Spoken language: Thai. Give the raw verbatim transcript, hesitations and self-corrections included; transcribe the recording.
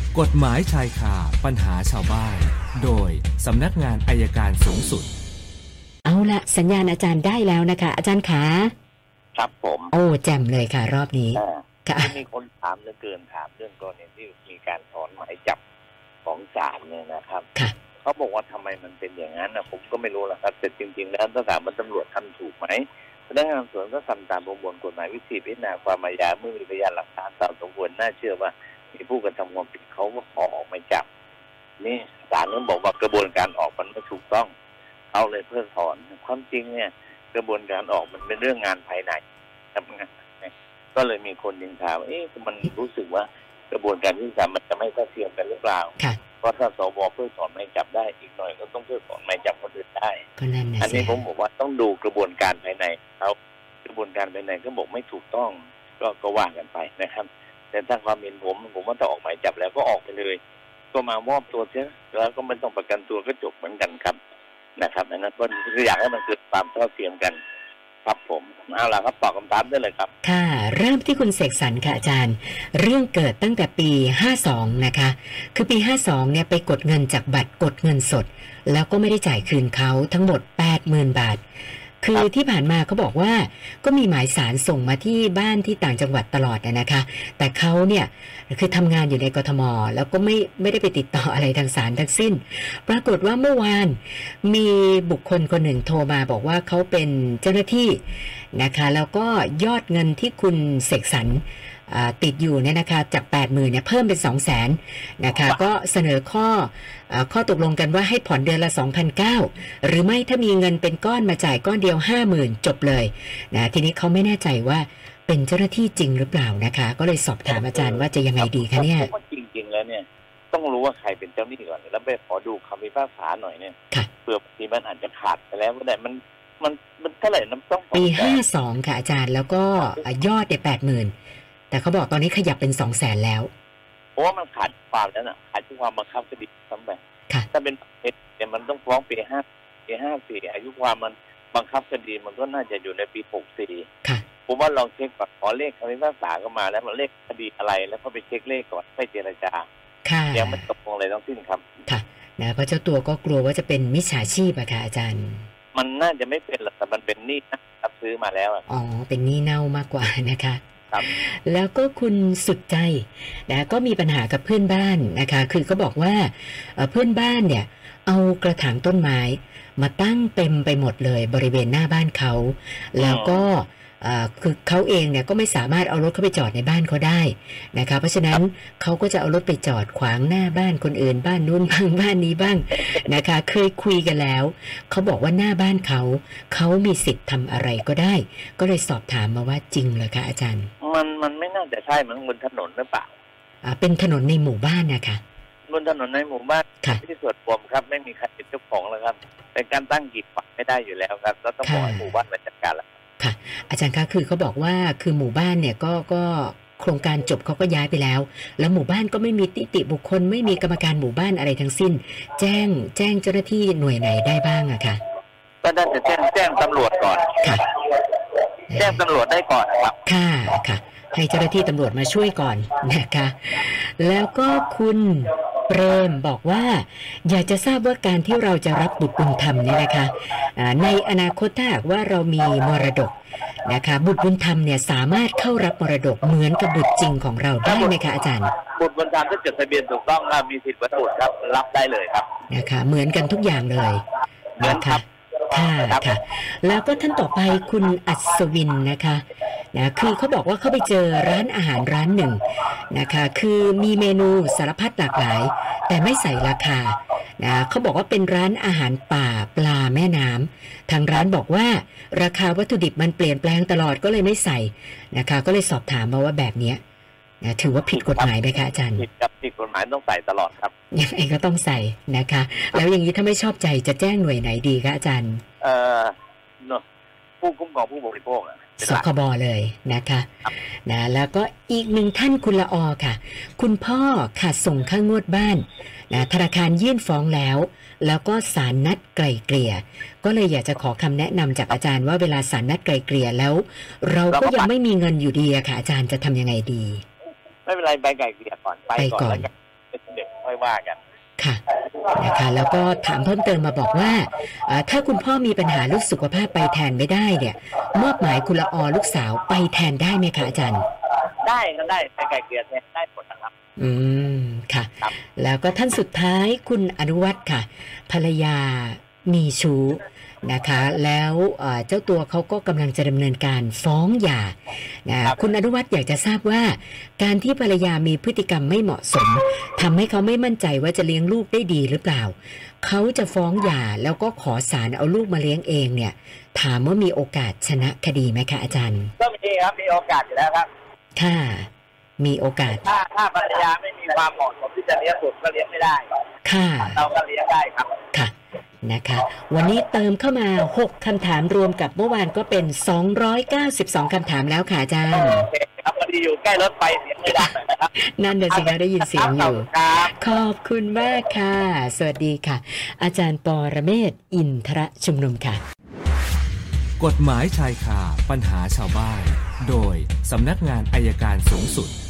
กฎหมายชายคาปัญหาชาวบ้านโดยสำนักงานอัยการสูงสุดเอาละสัญญาณอาจารย์ได้แล้วนะคะอาจารย์ขาครับผมโอ้แจ่มเลยค่ะรอบนี้ค่ะมีคนถามเหลือเกินถามเรื่องกรณีที่มีการถอนหมายจับของศาลเนี่ยนะครับเขาบอกว่าทำไมมันเป็นอย่างนั้นนะผมก็ไม่รู้ละครับแต่จริงๆแล้วถ้าถามว่าตำรวจทำถูกไหมพนักงานสวนก็ทำตามประมวลกฎหมายวิธีพิจารณาความอาญาเมื่อมีพยานหลักฐานตามสมควรน่าเชื่อว่ามีผู้กระทำความผิดเขาก็ขอออกหมายจับนี่ศาลก็บอกว่ากระบวนการออกมันไม่ถูกต้องเอาเลยเพิกถอนความจริงเนี่ยกระบวนการออกมันเป็นเรื่องงานภายในครับก็เลยมีคนยิงถามเอ๊ะมันรู้สึกว่ากระบวนการที่ศาลมันจะไม่เท่าเทียมกันหรือเปล่าเพราะถ้าสวเพิกถอนหมายจับได้อีกหน่อยก็ต้องเพิกถอนหมายจับคนอื่นได้อันนี้ผมบอกว่าต้องดูกระบวนการภายในเขากระบวนการภายในก็บอกไม่ถูกต้องก็ก็ว่ากันไปนะครับแต่ถ้าความเห็นผมผมว่าถ้าออกหมายจับแล้วก็ออกไปเลยก็มามอบตัวเสียแล้วก็ไม่ต้องประกันตัวก็จบเหมือนกันครับนะครับอันนั้นก็คืออยากให้มันเกิดความเท่าเทียมกันครับผมเอาล่ะครับตอบคำถามได้เลยครับค่ะเริ่มที่คุณเสกสรรค่ะอาจารย์เรื่องเกิดตั้งแต่ปีห้าสองนะคะคือปีห้าสองเนี่ยไปกดเงินจากบัตรกดเงินสดแล้วก็ไม่ได้จ่ายคืนเขาทั้งหมด แปดหมื่น บาทคือที่ผ่านมาเขาบอกว่าก็มีหมายสารส่งมาที่บ้านที่ต่างจังหวัดตลอดนะคะแต่เขาเนี่ยคือทำงานอยู่ในกทมแล้วก็ไม่ไม่ได้ไปติดต่ออะไรทางศาลทั้งสิ้นปรากฏว่าเมื่อวานมีบุคคลคนหนึ่งโทรมาบอกว่าเขาเป็นเจ้าหน้าที่นะคะแล้วก็ยอดเงินที่คุณเสกสรรติดอยู่เนี่ยนะคะจาก แปดหมื่น เนี่ยเพิ่มเป็น สองแสน นะคะก็เสนอข้อข้อตกลงกันว่าให้ผ่อนเดือนละ สองพันเก้าร้อย หรือไม่ถ้ามีเงินเป็นก้อนมาจ่ายก้อนเดียว ห้าหมื่น จบเลยนะทีนี้เขาไม่แน่ใจว่าเป็นเจ้าหน้าที่จริงหรือเปล่านะคะก็เลยสอบถามอาจารย์ว่าจะยังไงดีคะเนี่ยจริงๆแล้วเนี่ยต้องรู้ว่าใครเป็นเจ้าหนี้ก่อนแล้วไปขอดูคำพิพากษาหน่อยเนี่ยเผื่อบางทีมันอาจจะขาดไปแล้วก็ได้มันมันมันเท่าไหร่น้ำต้องปีห้าสองค่ะอาจารย์แล้วก็ยอดเนี่ย แปดหมื่นแต่เขาบอกตอนนี้ขยับเป็น สองแสน แล้วเพราะว่ามันขาดความแล้วน่ะขาดความบังคับคดีซ้ำไปถ้าเป็นเหตุเนี่ยมันต้องฟ้องปีห้าปีห้าสี่อายุความมันบังคับคดีมันก็น่าจะอยู่ในปีหกสี่ผมว่าลองเช็คก่อนขอเลขคำพิพากษาก็มาแล้วมันเลขคดีอะไรแล้วก็ไปเช็คเลขก่อนไปเจรจายังไม่ตกลงอะไรทั้งสิ้นครับค่ะนะเพราะเจ้าตัวก็กลัวว่าจะเป็นมิจฉาชีพอะค่ะอาจารย์มันน่าจะไม่เป็นหรอกแต่มันเป็นหนี้รับซื้อมาแล้วอ๋อเป็นหนี้เน่ามากกว่านะคะแล้วก็คุณสุดใจนะก็มีปัญหากับเพื่อนบ้านนะคะคือเขาบอกว่าเพื่อนบ้านเนี่ยเอากระถางต้นไม้มาตั้งเต็มไปหมดเลยบริเวณหน้าบ้านเขาแล้วก็คือเขาเองเนี่ยก็ไม่สามารถเอารถเข้าไปจอดในบ้านเขาได้นะคะเพราะฉะนั้นเขาก็จะเอารถไปจอดขวางหน้าบ้านคนอื่นบ้านนู้นบ้างบ้านนี้บ้างนะคะเคยคุยกันแล้วเขาบอกว่าหน้าบ้านเขาเขามีสิทธิ์ทำอะไรก็ได้ก็เลยสอบถามมาว่าจริงเหรอคะอาจารย์มันมันไม่น่าจะใช่มันบนถนนหรือเปล่าอ่าเป็นถนนในหมู่บ้านนะคะบนถนนในหมู่บ้านที่ส่วนรวมครับไม่มีใครเป็นเจ้าของแล้วครับแต่การตั้งกีดขวางไม่ได้อยู่แล้วครับก็ต้องบอกหมู่บ้านราชการละค่ะอาจารย์คะคือเขาบอกว่าคือหมู่บ้านเนี่ยก็ก็โครงการจบเขาก็ย้ายไปแล้วแล้วหมู่บ้านก็ไม่มีนิติบุคคลไม่มีกรรมการหมู่บ้านอะไรทั้งสิ้นแจ้งแจ้งเจ้าหน้าที่หน่วยไหนได้บ้างอะค่ะก็น่าจะแจ้งแจ้งตำรวจก่อนค่ะแจ้งตำรวจได้ก่อนครับค่ะค่ะให้เจ้าหน้าที่ตำรวจมาช่วยก่อนนะคะแล้วก็คุณเปรมบอกว่าอยากจะทราบว่าการที่เราจะรับบุตรบุญธรรมเนี่ยนะคะในอนาคตถ้าหากว่าเรามีมรดกนะคะบุตรบุญธรรมเนี่ยสามารถเข้ารับมรดกเหมือนกับบุตรจริงของเราได้ไหมคะอาจารย์บุตรบุญธรรมถ้าจดทะเบียนถูกต้องแล้วมีสิทธิ์ประโยชน์ครับรับได้เลยครับนะคะเหมือนกันทุกอย่างเลยนะคะค่ะค่ะแล้วก็ท่านต่อไปคุณอัศวินนะคะนะคือเขาบอกว่าเขาไปเจอร้านอาหารร้านหนึ่งนะคะคือมีเมนูสารพัดหลากหลายแต่ไม่ใส่ราคานะเขาบอกว่าเป็นร้านอาหารป่าปลาแม่น้ำทางร้านบอกว่าราคาวัตถุดิบมันเปลี่ยนแปลงตลอดก็เลยไม่ใส่นะคะก็เลยสอบถามมาว่าแบบนี้นะถือว่าผิดกฎหมายไหมคะอาจารย์ผิดครับผิดกฎหมายต้องใส่ตลอดครับยังไงก็ต้องใส่นะคะแล้วอย่างนี้ถ้าไม่ชอบใจจะแจ้งหน่วยไหนดีคะอาจารย์เอ่อผู้คุ้มครองผู้บริโภคสคบเลยนะคะนะแล้วก็อีกหนึ่งท่านคุณละอค่ะคุณพ่อขาดส่งค่างวดบ้านนะธนาคารยื่นฟ้องแล้วแล้วก็ศาลนัดไกล่เกลี่ยก็เลยอยากจะขอคำแนะนำจากอาจารย์ว่าเวลาศาลนัดไกล่เกลี่ยแล้วเราก็ยังไม่มีเงินอยู่ดีอะค่ะอาจารย์จะทำยังไงดีไม่เป็นไรไปไกล่เกลี่ยก่อนไปก่อนเด็กค่อยว่ากันค่ะนะคะแล้วก็ถามเพิ่มเติมมาบอกว่าถ้าคุณพ่อมีปัญหาเรื่องสุขภาพไปแทนไม่ได้เนี่ยมอบหมายคุณละออลูกสาวไปแทนได้ไหมคะอาจารย์ได้ก็ได้ไปไกลเกลี่ยแทนได้หมดนะครับอืมค่ะแล้วก็ท่านสุดท้ายคุณอนุวัฒน์ค่ะภรรยามีชู้นะคะแล้วเจ้าตัวเขาก็กำลังจะดำเนินการฟ้องหย่านะคุณอนุวัฒน์อยากจะทราบว่าการที่ภรรยามีพฤติกรรมไม่เหมาะสมทำให้เขาไม่มั่นใจว่าจะเลี้ยงลูกได้ดีหรือเปล่าเขาจะฟ้องหย่าแล้วก็ขอศาลเอาลูกมาเลี้ยงเองเนี่ยถามว่ามีโอกาสชนะคดีไหมคะอาจารย์ก็มีครับมีโอกาสอยู่แล้วครับค่ะมีโอกาสถ้าถ้าภรรยาไม่มีความเหมาะสมที่จะเลี้ยงบุตรก็เลี้ยงไม่ได้ค่ะเราก็เลี้ยงได้ครับค่ะนะคะวันนี้เติมเข้ามาหกคำถามรวมกับเมื่อวานก็เป็นสองร้อยเก้าสิบสองคำถามแล้วค่ะอาจารย์ครับพอดีอยู่ใกล้รถไฟเสียงไม่ดังนะครับนั่นเดี๋ยวสิคะได้ยินเสียงอยู่ขอบคุณมากค่ะสวัสดีค่ะอาจารย์ปรเมศวร์อินทรชุมนุมค่ะกฎหมายชายคาปัญหาชาวบ้านโดยสำนักงานอัยการสูงสุด